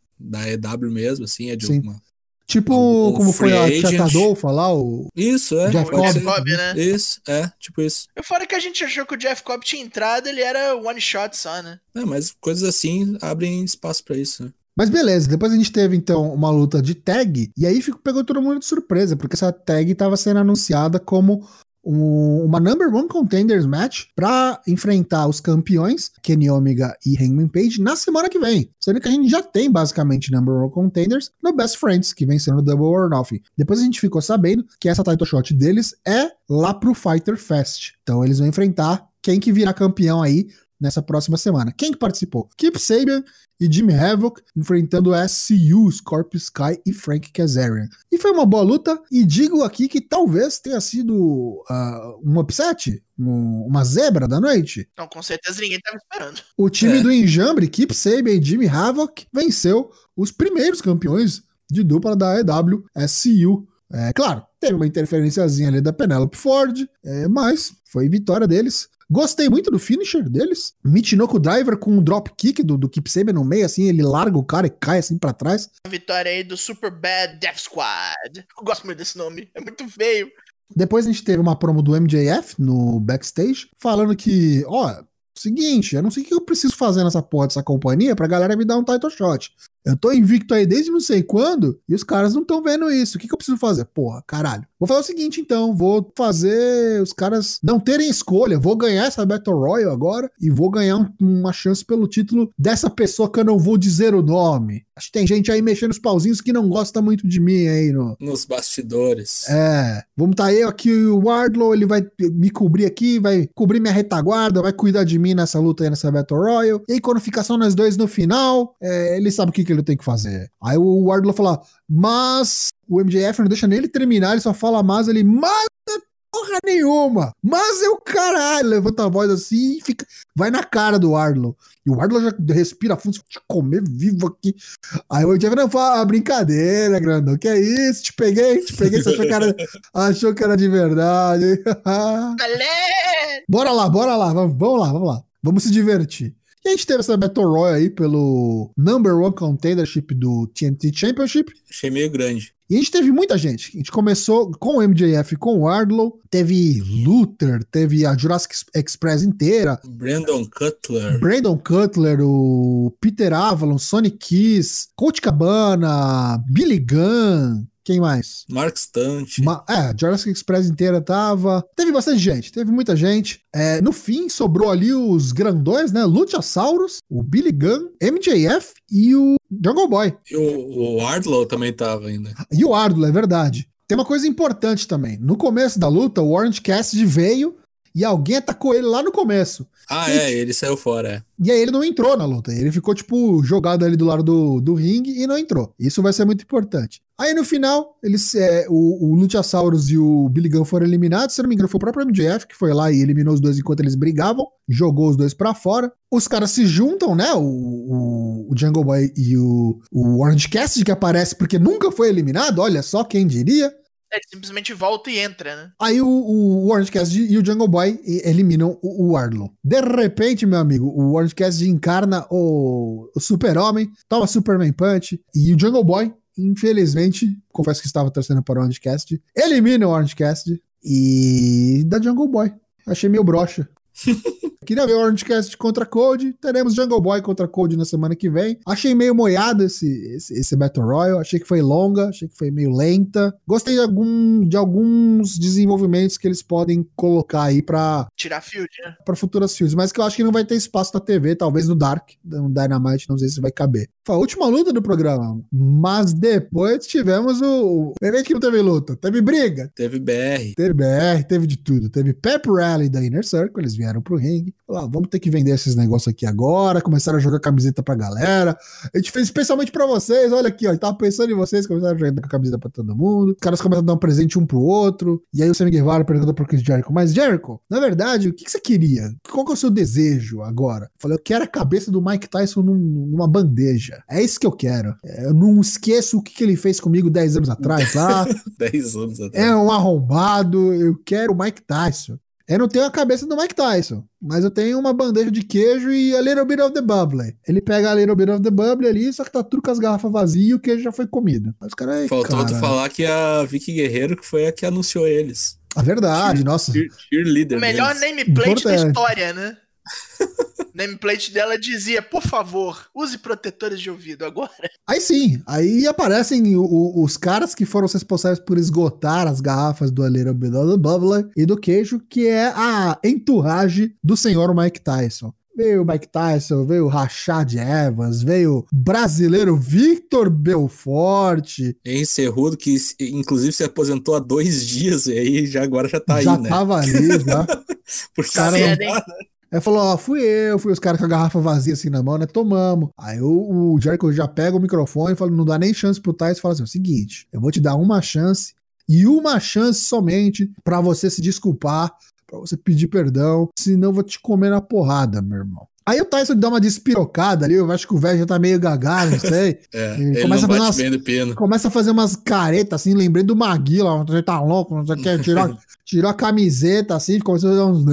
EW mesmo, assim, é de alguma... Tipo, como foi a Tia Adolfa lá, o... Isso, Jeff Cobb, né? Isso, tipo isso. Fora que a gente achou que o Jeff Cobb tinha entrado, ele era one shot só, né? Mas coisas assim abrem espaço pra isso, né? Mas beleza, depois a gente teve então uma luta de tag, e aí pegou todo mundo de surpresa, porque essa tag estava sendo anunciada como uma number one contenders match pra enfrentar os campeões Kenny Omega e Hangman Page na semana que vem, sendo que a gente já tem basicamente number one contenders no Best Friends, que vem sendo o Double or Nothing. Depois a gente ficou sabendo que essa title shot deles é lá pro Fighter Fest, então eles vão enfrentar quem que virá campeão aí nessa próxima semana. Quem que participou? Kip Sabian e Jimmy Havoc enfrentando SCU, Scorpio Sky e Frank Kazarian. E foi uma boa luta, e digo aqui que talvez tenha sido um upset, uma zebra da noite. Não, com certeza ninguém estava esperando. O time do Enjambre, Kip Sabian e Jimmy Havoc, venceu os primeiros campeões de dupla da EW, SCU. Claro, teve uma interferenciazinha ali da Penelope Ford, mas foi vitória deles. Gostei muito do finisher deles. Michinoku Driver com um drop kick do Kip Sabian no meio, assim, ele larga o cara e cai assim pra trás. A vitória aí do Super Bad Death Squad. Eu gosto muito desse nome, é muito feio. Depois a gente teve uma promo do MJF no backstage, falando que, seguinte, eu não sei o que eu preciso fazer nessa porra dessa companhia pra galera me dar um title shot. Eu tô invicto aí desde não sei quando e os caras não estão vendo isso. O que eu preciso fazer? Porra, caralho. Vou fazer o seguinte, então. Vou fazer os caras não terem escolha. Vou ganhar essa Battle Royale agora e vou ganhar uma chance pelo título dessa pessoa que eu não vou dizer o nome. Acho que tem gente aí mexendo os pauzinhos que não gosta muito de mim aí nos bastidores. Vamos tá eu aqui, o Wardlow, ele vai me cobrir aqui, vai cobrir minha retaguarda, vai cuidar de mim nessa luta aí, nessa Battle Royale. E aí quando fica só nós dois no final, ele sabe o que ele tem que fazer. Aí o Wardlow fala, mas o MJF não deixa nem ele terminar, ele só fala mas, ele, mas porra nenhuma, mas é o caralho, levanta a voz assim e vai na cara do Wardlow. E o Wardlow já respira fundo, te comer vivo aqui. Aí o MJF não fala, brincadeira, grandão, que é isso, te peguei, você achou que era de verdade. Bora lá, vamos lá, vamos se divertir. E a gente teve essa Battle Royale aí pelo Number One Contendership do TNT Championship. Achei meio grande. E a gente teve muita gente. A gente começou com o MJF, com o Wardlow. Teve Luther, teve a Jurassic Express inteira. Brandon Cutler, o Peter Avalon, Sonic Kiss, Colt Cabana, Billy Gunn. Quem mais? Mark Stunt. A Jurassic Express inteira tava. Teve bastante gente, teve muita gente. No fim, sobrou ali os grandões, né? Luchasaurus, o Billy Gunn, MJF e o Jungle Boy. E o Wardlow também tava ainda. E o Wardlow, é verdade. Tem uma coisa importante também. No começo da luta, o Orange Cassidy veio e alguém atacou ele lá no começo. Ele saiu fora, E aí ele não entrou na luta. Ele ficou, tipo, jogado ali do lado do ringue e não entrou. Isso vai ser muito importante. Aí no final, o Luchasaurus e o Billy Gunn foram eliminados. Se eu não me engano, foi o próprio MJF que foi lá e eliminou os dois enquanto eles brigavam. Jogou os dois pra fora. Os caras se juntam, né? O Jungle Boy e o Orange Cassidy, que aparece porque nunca foi eliminado. Olha só, quem diria. Ele simplesmente volta e entra, né? Aí o Orange Cassidy e o Jungle Boy eliminam o Wardlow. De repente, meu amigo, o Orange Cassidy encarna o Super-Homem, toma Superman Punch, e o Jungle Boy, infelizmente, confesso que estava torcendo para o Orange Cassidy, elimina o Orange Cassidy e dá Jungle Boy. Achei meio broxa. Queria ver o Orange Cassidy contra Cody. Teremos Jungle Boy contra Cody na semana que vem. Achei meio moiado esse Battle Royale. Achei que foi longa, achei que foi meio lenta. Gostei de alguns desenvolvimentos que eles podem colocar aí pra Tirar field, né? Pra futuras fields, mas que eu acho que não vai ter espaço na TV, talvez no Dark, no Dynamite, não sei se vai caber. Foi a última luta do programa, mas depois tivemos o evento que não teve luta, teve briga. Teve BR. Teve BR, teve de tudo. Teve Pep Rally da Inner Circle, eles vieram pro ringue. Falaram, vamos ter que vender esses negócios aqui agora. Começaram a jogar camiseta pra galera. A gente fez especialmente pra vocês. Olha aqui, ó. Tava pensando em vocês, começaram a jogar camiseta pra todo mundo. Os caras começaram a dar um presente um pro outro. E aí o Sammy Guevara perguntou pro Chris Jericho, mas Jericho, na verdade, o que você queria? Qual que é o seu desejo agora? Eu falei, eu quero a cabeça do Mike Tyson numa bandeja. É isso que eu quero. Eu não esqueço o que ele fez comigo 10 anos atrás lá. 10 anos atrás. É um arrombado. Eu quero o Mike Tyson. Eu não tenho a cabeça do Mike Tyson, mas eu tenho uma bandeja de queijo e a little bit of the bubbly. Ele pega a little bit of the bubbly ali, só que tá tudo com as garrafas vazias e o queijo já foi comido. Mas, cara, faltou tu falar que a Vicky Guerreiro que foi a que anunciou eles. A verdade, nossa. Cheerleader O melhor deles. nameplate da Importante. história, né? O nameplate dela dizia, por favor, use protetores de ouvido agora. Aí sim, aí aparecem os caras que foram os responsáveis por esgotar as garrafas do A Little Bit of the Bubbly e do queijo, que é a entourage do senhor Mike Tyson. Veio o Mike Tyson, veio o Rashad Evans, veio o brasileiro Victor Belfort. Encerrudo, que inclusive se aposentou há 2 dias, e aí agora já tá Já aí, né? tava ali, já. Porque cara não- não dá, né? Aí falou, ó, fui os caras com a garrafa vazia assim na mão, né, tomamos. Aí o Jericho já pega o microfone e fala, não dá nem chance pro Tyson, fala assim, o seguinte, eu vou te dar uma chance, e uma chance somente pra você se desculpar, pra você pedir perdão, senão eu vou te comer na porrada, meu irmão. Aí o Tyson dá uma despirocada ali, eu acho que o velho já tá meio gagá, não sei. Ele começa não a fazer bate bem do pino. Começa a fazer umas caretas, assim, lembrei do Maguila, você tá louco, não sei o que, tirou a camiseta, assim, começou a fazer uns...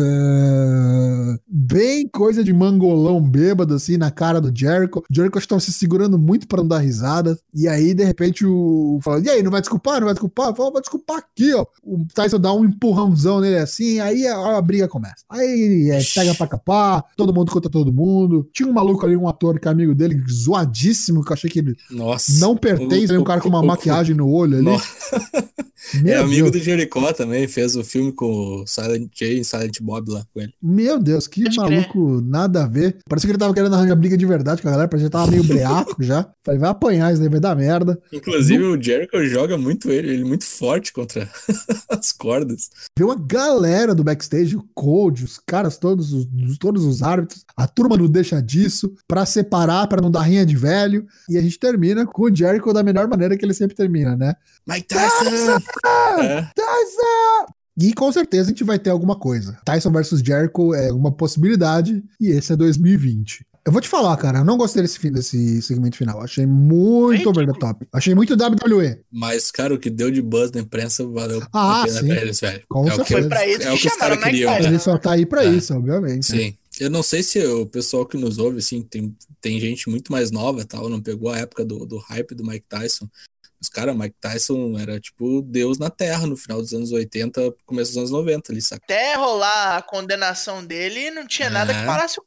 bem coisa de mangolão bêbado, assim, na cara do Jericho. O Jericho acho que tava se segurando muito pra não dar risada, e aí, de repente, falou, e aí, não vai desculpar? Não vai desculpar? Eu falo, vou desculpar aqui, ó. O Tyson dá um empurrãozão nele, assim, aí a briga começa. Aí, pega pra capar, todo mundo contra todo mundo. Tinha um maluco ali, um ator que é amigo dele, zoadíssimo, que eu achei que ele Nossa. não pertence, um cara com uma maquiagem no olho ali. É amigo do Jericho também, fez o filme com o Silent J e Silent Bob lá com ele. Meu Deus, que Pode maluco, nada a ver. Parecia que ele tava querendo arranjar briga de verdade com a galera, parecia que ele tava meio breaco já. Falei, vai apanhar, isso daí vai dar merda. Inclusive o Jericho joga muito ele é muito forte contra as cordas. Viu uma galera do backstage, o Code, os caras todos os árbitros, a turma não deixa disso, pra separar, pra não dar rinha de velho. E a gente termina com o Jericho da melhor maneira que ele sempre termina, né? Mike Tyson! Tyson! E com certeza a gente vai ter alguma coisa. Tyson versus Jericho é uma possibilidade e esse é 2020. Eu vou te falar, cara, eu não gostei desse segmento final. Achei muito over the top. Achei muito WWE. Mas, cara, o que deu de buzz na imprensa valeu Ah, a pena sim. pra eles, velho. Com É o que, certeza. Foi pra isso é o que que os chamaram caras o Mike queriam, Tyson. Ele né? só tá aí pra isso, obviamente. Sim. Eu não sei se o pessoal que nos ouve, assim, tem gente muito mais nova, tal, não pegou a época do hype do Mike Tyson. Mas, cara, Mike Tyson era, tipo, Deus na Terra no final dos anos 80, começo dos anos 90 ali, saca? Até rolar a condenação dele, não tinha nada que parasse o cara.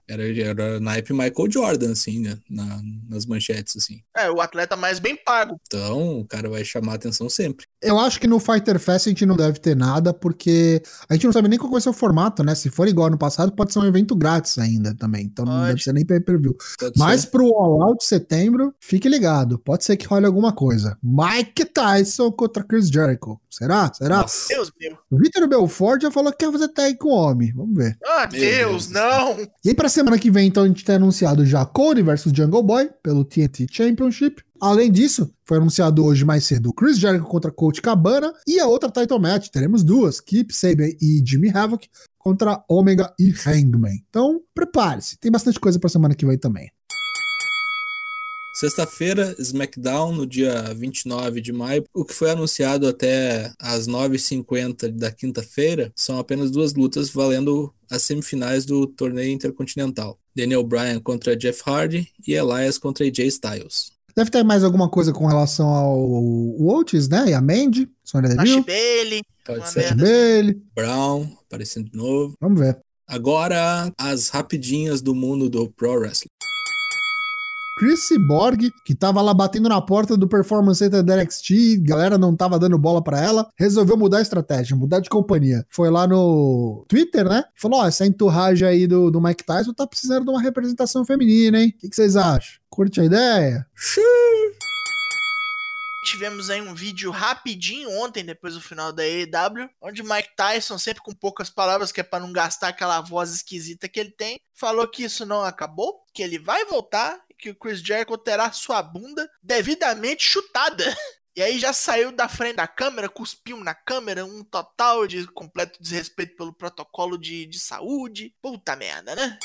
Era naipe Michael Jordan, assim, né? Nas manchetes, assim. O atleta mais bem pago. Então, o cara vai chamar a atenção sempre. Eu acho que no Fighter Fest a gente não deve ter nada, porque a gente não sabe nem qual vai ser o formato, né? Se for igual no passado, pode ser um evento grátis ainda também. Então não deve ser nem pay-per-view. Mas pro All Out de setembro, fique ligado. Pode ser que role alguma coisa. Mike Tyson contra Chris Jericho. Será? Nossa. Deus meu. O Vitor Belfort já falou que quer fazer tag com o homem. Vamos ver. Deus, não. E aí pra semana que vem, então, a gente tem anunciado já Cody versus Jungle Boy pelo TNT Championship. Além disso, foi anunciado hoje mais cedo o Chris Jericho contra Colt Cabana e a outra title match, teremos duas, Kip Sabian e Jimmy Havoc contra Omega e Hangman. Então, prepare-se, tem bastante coisa pra semana que vem também. Sexta-feira, SmackDown, no dia 29 de maio. O que foi anunciado até às 9h50 da quinta-feira são apenas duas lutas valendo as semifinais do torneio intercontinental. Daniel Bryan contra Jeff Hardy e Elias contra AJ Styles. Deve ter mais alguma coisa com relação ao Otis, né? E a Mandy, Sonya Deville. Nash Bailey. Pode ser. Bailey. Brown, aparecendo de novo. Vamos ver. Agora, as rapidinhas do mundo do Pro Wrestling. Chris Cyborg, que tava lá batendo na porta do Performance Center da NXT, galera não tava dando bola pra ela, resolveu mudar a estratégia, mudar de companhia. Foi lá no Twitter, né? Falou, essa entourage aí do Mike Tyson tá precisando de uma representação feminina, hein? O que vocês acham? Curte a ideia? Tivemos aí um vídeo rapidinho ontem, depois do final da AEW, onde Mike Tyson, sempre com poucas palavras, que é pra não gastar aquela voz esquisita que ele tem, falou que isso não acabou, que ele vai voltar e que o Chris Jericho terá sua bunda devidamente chutada. E aí já saiu da frente da câmera, cuspiu na câmera, um total de completo desrespeito pelo protocolo de saúde. Puta merda, né?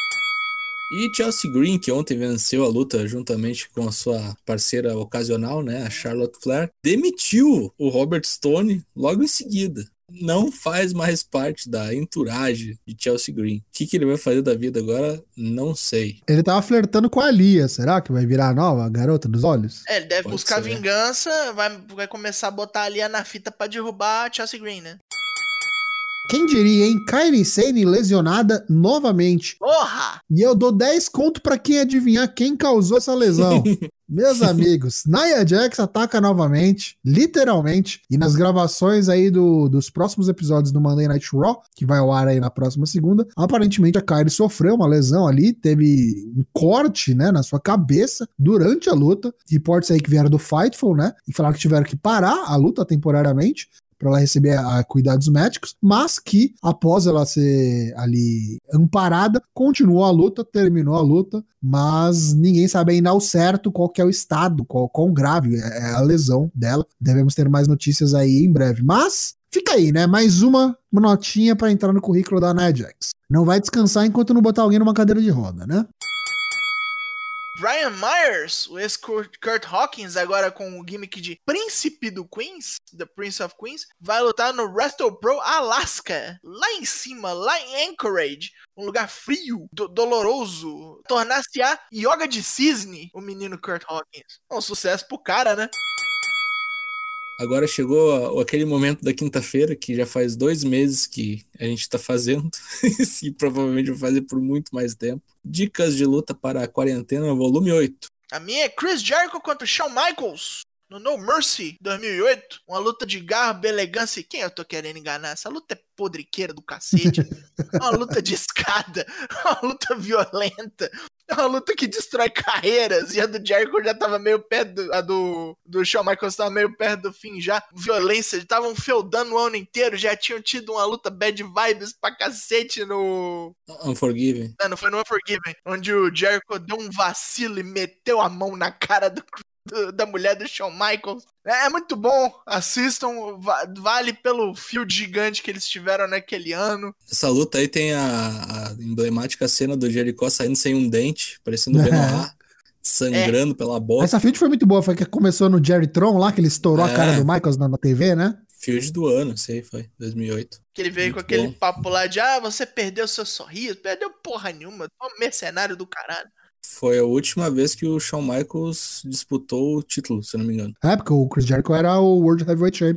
E Chelsea Green, que ontem venceu a luta juntamente com a sua parceira ocasional, né, a Charlotte Flair, demitiu o Robert Stone logo em seguida. Não faz mais parte da entourage de Chelsea Green. O que ele vai fazer da vida agora, não sei. Ele tava flertando com a Lia, será que vai virar a nova garota dos olhos? Ele deve Pode buscar ser. vingança, vai começar a botar ali na fita pra derrubar a Chelsea Green, né? Quem diria, hein? Kairi Sane lesionada novamente. Porra! E eu dou 10 conto pra quem adivinhar quem causou essa lesão. Meus amigos, Nia Jax ataca novamente, literalmente, e nas gravações aí dos próximos episódios do Monday Night Raw, que vai ao ar aí na próxima segunda, aparentemente a Kairi sofreu uma lesão ali, teve um corte, né, na sua cabeça durante a luta, reportes aí que vieram do Fightful, né, e falaram que tiveram que parar a luta temporariamente, para ela receber cuidados médicos, mas que após ela ser ali amparada, continuou a luta, terminou a luta, mas ninguém sabe ainda ao certo qual que é o estado, quão grave é a lesão dela. Devemos ter mais notícias aí em breve, mas fica aí, né? Mais uma notinha para entrar no currículo da Nia Jax. Não vai descansar enquanto não botar alguém numa cadeira de roda, né? Brian Myers, o ex-Kurt Hawkins, agora com o gimmick de Príncipe do Queens, The Prince of Queens, vai lutar no WrestlePro Alaska, lá em cima, lá em Anchorage, um lugar frio, doloroso, tornar-se-á yoga de cisne, o menino Kurt Hawkins. Um sucesso pro cara, né? Agora chegou aquele momento da quinta-feira, que já faz 2 meses que a gente tá fazendo, e provavelmente vai fazer por muito mais tempo. Dicas de luta para a quarentena, volume 8. A minha é Chris Jericho contra Shawn Michaels, no No Mercy 2008. Uma luta de garbo, elegância. Quem eu tô querendo enganar? Essa luta é podriqueira do cacete. É uma luta de escada. É uma luta violenta. É uma luta que destrói carreiras. E a do Jericho já tava meio perto. A do Shawn Michaels tava meio perto do fim já. Violência. Eles estavam feudando o ano inteiro. Já tinham tido uma luta bad vibes pra cacete no... Unforgiven. Não foi no Unforgiven. Onde o Jericho deu um vacilo e meteu a mão na cara da mulher do Shawn Michaels. É muito bom, assistam, vale pelo fio gigante que eles tiveram naquele ano. Essa luta aí tem a emblemática cena do Jericho saindo sem um dente, parecendo o Benoit, sangrando pela boca. Essa feud foi muito boa, foi que começou no Jerry Tron lá, que ele estourou a cara do Michaels na TV, né? Feud do ano, sei, foi 2008. Que ele veio muito com aquele bom. papo lá de, você perdeu seu sorriso, perdeu porra nenhuma, tu é um mercenário do caralho. Foi a última vez que o Shawn Michaels disputou o título, se eu não me engano. É, porque o Chris Jericho era o World Heavyweight Champion, né?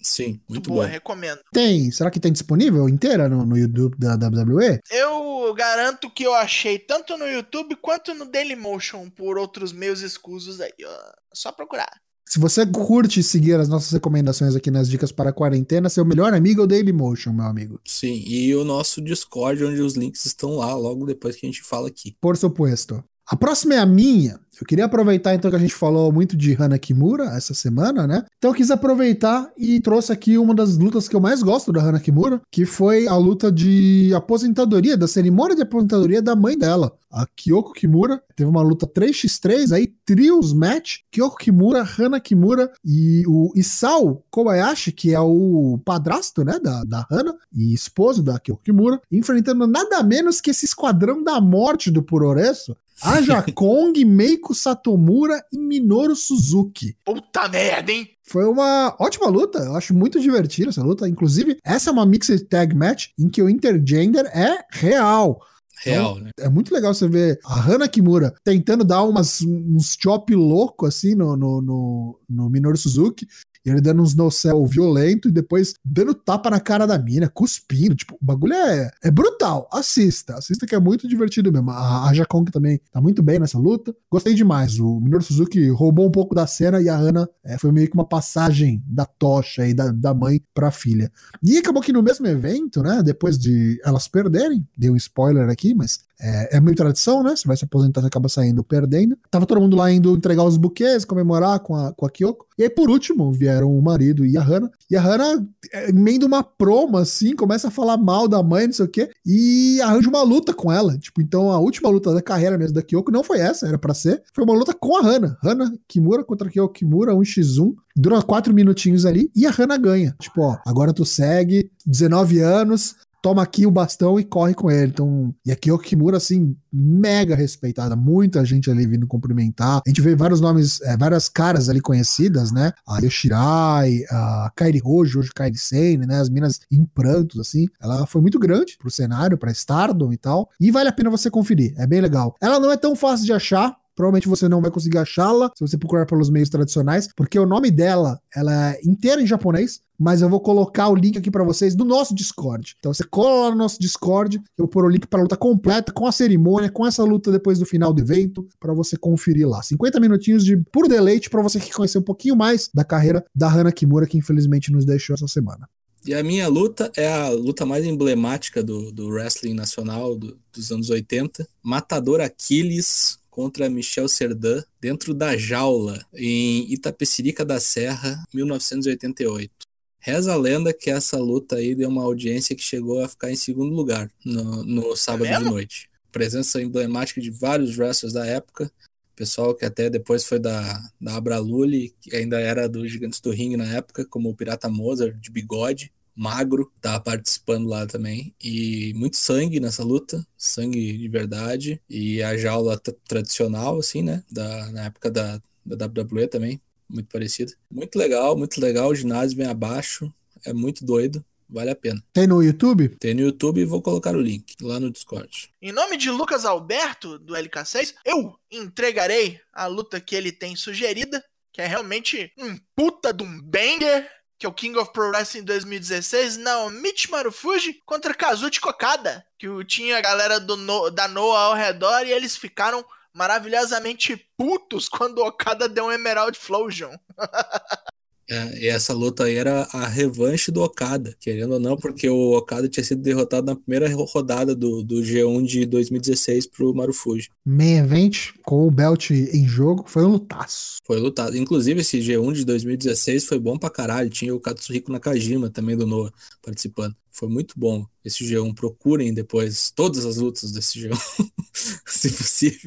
Sim, muito boa, bom. recomendo. Será que tem disponível inteira no YouTube da WWE? Eu garanto que eu achei tanto no YouTube quanto no Dailymotion por outros meios escusos aí, ó. Só procurar. Se você curte seguir as nossas recomendações aqui nas Dicas para a Quarentena, seu melhor amigo é o Dailymotion, meu amigo. Sim, e o nosso Discord, onde os links estão lá, logo depois que a gente fala aqui. Por supuesto. A próxima é a minha. Eu queria aproveitar então que a gente falou muito de Hana Kimura essa semana, né? Então eu quis aproveitar e trouxe aqui uma das lutas que eu mais gosto da Hana Kimura, que foi a luta de aposentadoria, da cerimônia de aposentadoria da mãe dela, a Kyoko Kimura. Teve uma luta 3x3 aí, trios match, Kyoko Kimura, Hana Kimura e o Isao Kobayashi, que é o padrasto, né, da Hana e esposo da Kyoko Kimura, enfrentando nada menos que esse esquadrão da morte do Puroresu, Aja Kong, Meiko Satomura e Minoru Suzuki. Puta merda, hein? Foi uma ótima luta, eu acho muito divertida essa luta. Inclusive, essa é uma Mixed Tag Match em que o intergender é real. Real, né? É muito legal você ver a Hana Kimura tentando dar uns chop louco assim no Minoru Suzuki. E ele dando uns no-cell violento e depois dando tapa na cara da mina, cuspindo. Tipo, o bagulho é brutal. Assista que é muito divertido mesmo. A Aja Kong também tá muito bem nessa luta. Gostei demais. O Minoru Suzuki roubou um pouco da cena e a Hana foi meio que uma passagem da tocha aí da mãe pra filha. E acabou que no mesmo evento, né, depois de elas perderem, dei um spoiler aqui, mas é meio tradição, né? Você vai se aposentar, você acaba saindo perdendo. Tava todo mundo lá indo entregar os buquês, comemorar com a Kyoko. E aí, por último, vieram o marido e a Hana. E a Hana, emenda uma promo, assim, começa a falar mal da mãe, não sei o quê, e arranja uma luta com ela. Tipo, então a última luta da carreira mesmo da Kyoko não foi essa, era pra ser. Foi uma luta com a Hana. Hana Kimura contra a Kyoko Kimura, 1x1. Dura 4 minutinhos ali e a Hana ganha. Tipo, ó, agora tu segue, 19 anos... toma aqui o bastão e corre com ele. Então, e a Kyoko Kimura, assim, mega respeitada. Muita gente ali vindo cumprimentar. A gente vê vários nomes, várias caras ali conhecidas, né? A Yoshirai, a Kairi Hojo, hoje Kairi Sane, né? As minas em prantos, assim. Ela foi muito grande pro cenário, pra Stardom e tal. E vale a pena você conferir. É bem legal. Ela não é tão fácil de achar. Provavelmente você não vai conseguir achá-la se você procurar pelos meios tradicionais, porque o nome dela, ela é inteira em japonês, mas eu vou colocar o link aqui pra vocês do nosso Discord. Então você cola lá no nosso Discord, eu vou pôr o link pra luta completa, com a cerimônia, com essa luta depois do final do evento, pra você conferir lá. 50 minutinhos de puro deleite pra você que conhecer um pouquinho mais da carreira da Hana Kimura, que infelizmente nos deixou essa semana. E a minha luta é a luta mais emblemática do wrestling nacional dos anos 80. Matador Aquiles contra Michel Serdan dentro da jaula em Itapecerica da Serra, 1988. Reza a lenda que essa luta aí deu uma audiência que chegou a ficar em segundo lugar no sábado de noite. Presença emblemática de vários wrestlers da época. Pessoal que até depois foi da Abraluli, que ainda era do Gigantes do Ringue na época, como o Pirata Mozart, de bigode, magro, tava participando lá também. E muito sangue nessa luta, sangue de verdade. E a jaula tradicional, assim, né? Na época da WWE também, muito parecida. Muito legal, o ginásio vem abaixo, é muito doido. Vale a pena. Tem no YouTube? Tem no YouTube e vou colocar o link lá no Discord. Em nome de Lucas Alberto, do LK6, eu entregarei a luta que ele tem sugerida, que é realmente um puta de um banger, que é o King of Pro Wrestling 2016, Naomichi Marufuji contra Kazuchika Okada, que tinha a galera da Noah ao redor e eles ficaram maravilhosamente putos quando o Okada deu um Emerald Flosion. E essa luta aí era a revanche do Okada, querendo ou não, porque o Okada tinha sido derrotado na primeira rodada do G1 de 2016 pro Marufuji. Main event, com o belt em jogo, foi um lutaço. Foi lutado. Inclusive, esse G1 de 2016 foi bom pra caralho. Tinha o Katsuhiko Nakajima também do Noah participando. Foi muito bom esse G1. Procurem depois todas as lutas desse G1, se possível.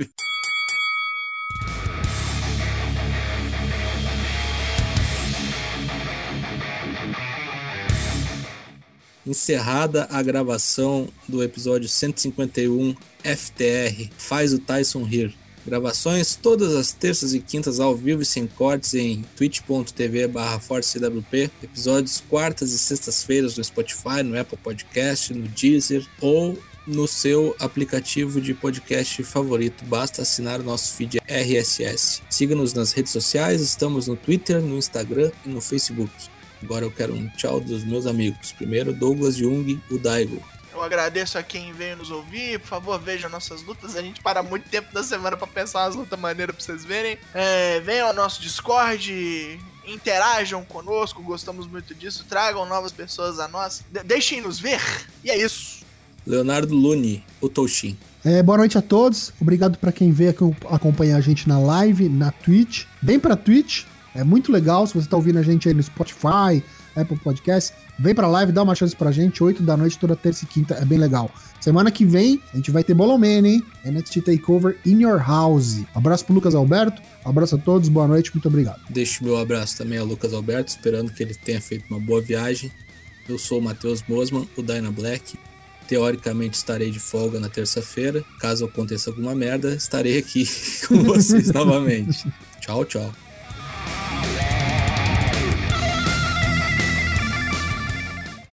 Encerrada a gravação do episódio 151 FTR, Faz o Tyson Rir. Gravações todas as terças e quintas ao vivo e sem cortes em twitch.tv/ForceCWP. Episódios quartas e sextas-feiras no Spotify, no Apple Podcast, no Deezer ou no seu aplicativo de podcast favorito. Basta assinar o nosso feed RSS. Siga-nos nas redes sociais, estamos no Twitter, no Instagram e no Facebook. Agora eu quero um tchau dos meus amigos. Primeiro, Douglas Jung, o Daigo. Eu agradeço a quem veio nos ouvir. Por favor, vejam nossas lutas. A gente para muito tempo da semana pra pensar umas lutas maneiras pra vocês verem. Venham ao nosso Discord, interajam conosco, gostamos muito disso. Tragam novas pessoas a nós. Deixem-nos ver. E é isso. Leonardo Luni, o Toshin. Boa noite a todos. Obrigado pra quem veio acompanhar a gente na live, na Twitch. Vem pra Twitch. É muito legal. Se você tá ouvindo a gente aí no Spotify, Apple Podcast, vem pra live, dá uma chance pra gente, 8 da noite, toda terça e quinta, é bem legal. Semana que vem, a gente vai ter Bolomania, hein? NXT TakeOver in your house. Abraço pro Lucas Alberto, abraço a todos, boa noite, muito obrigado. Deixo meu abraço também ao Lucas Alberto, esperando que ele tenha feito uma boa viagem. Eu sou o Matheus Mosman, o Dyna Black. Teoricamente estarei de folga na terça-feira. Caso aconteça alguma merda, estarei aqui com vocês novamente. Tchau, tchau.